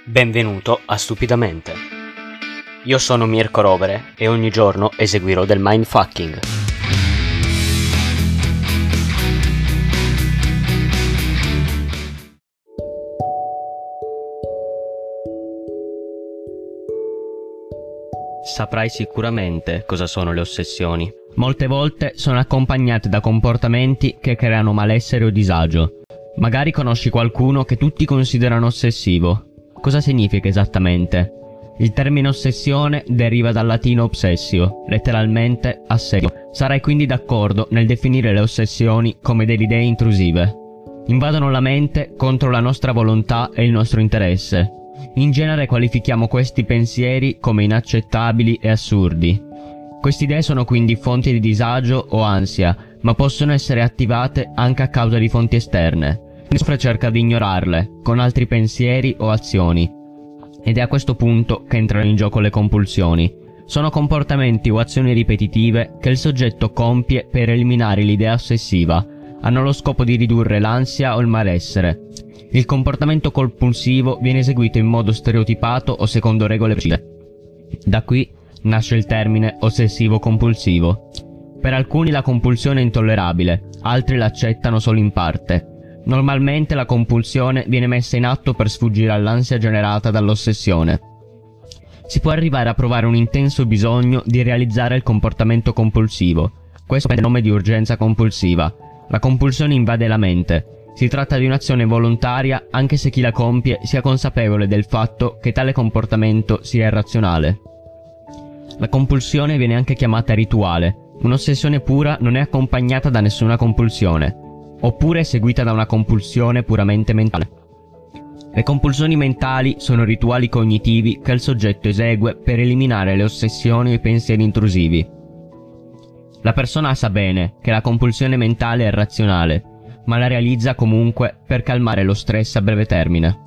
Benvenuto a Stupidamente. Io sono Mirko Rovere e ogni giorno eseguirò del mindfucking. Saprai sicuramente cosa sono le ossessioni. Molte volte sono accompagnate da comportamenti che creano malessere o disagio. Magari conosci qualcuno che tutti considerano ossessivo. Cosa significa esattamente? Il termine ossessione deriva dal latino obsessio, letteralmente assedio. Sarai quindi d'accordo nel definire le ossessioni come delle idee intrusive. Invadono la mente contro la nostra volontà e il nostro interesse. In genere qualifichiamo questi pensieri come inaccettabili e assurdi. Queste idee sono quindi fonti di disagio o ansia, ma possono essere attivate anche a causa di fonti esterne. Chi soffre cerca di ignorarle, con altri pensieri o azioni. Ed è a questo punto che entrano in gioco le compulsioni. Sono comportamenti o azioni ripetitive che il soggetto compie per eliminare l'idea ossessiva. Hanno lo scopo di ridurre l'ansia o il malessere. Il comportamento compulsivo viene eseguito in modo stereotipato o secondo regole precise. Da qui nasce il termine ossessivo-compulsivo. Per alcuni la compulsione è intollerabile, altri l'accettano solo in parte. Normalmente la compulsione viene messa in atto per sfuggire all'ansia generata dall'ossessione. Si può arrivare a provare un intenso bisogno di realizzare il comportamento compulsivo. Questo prende il nome di urgenza compulsiva. La compulsione invade la mente. Si tratta di un'azione volontaria anche se chi la compie sia consapevole del fatto che tale comportamento sia irrazionale. La compulsione viene anche chiamata rituale. Un'ossessione pura non è accompagnata da nessuna compulsione, oppure è seguita da una compulsione puramente mentale. Le compulsioni mentali sono rituali cognitivi che il soggetto esegue per eliminare le ossessioni o i pensieri intrusivi. La persona sa bene che la compulsione mentale è razionale, ma la realizza comunque per calmare lo stress a breve termine.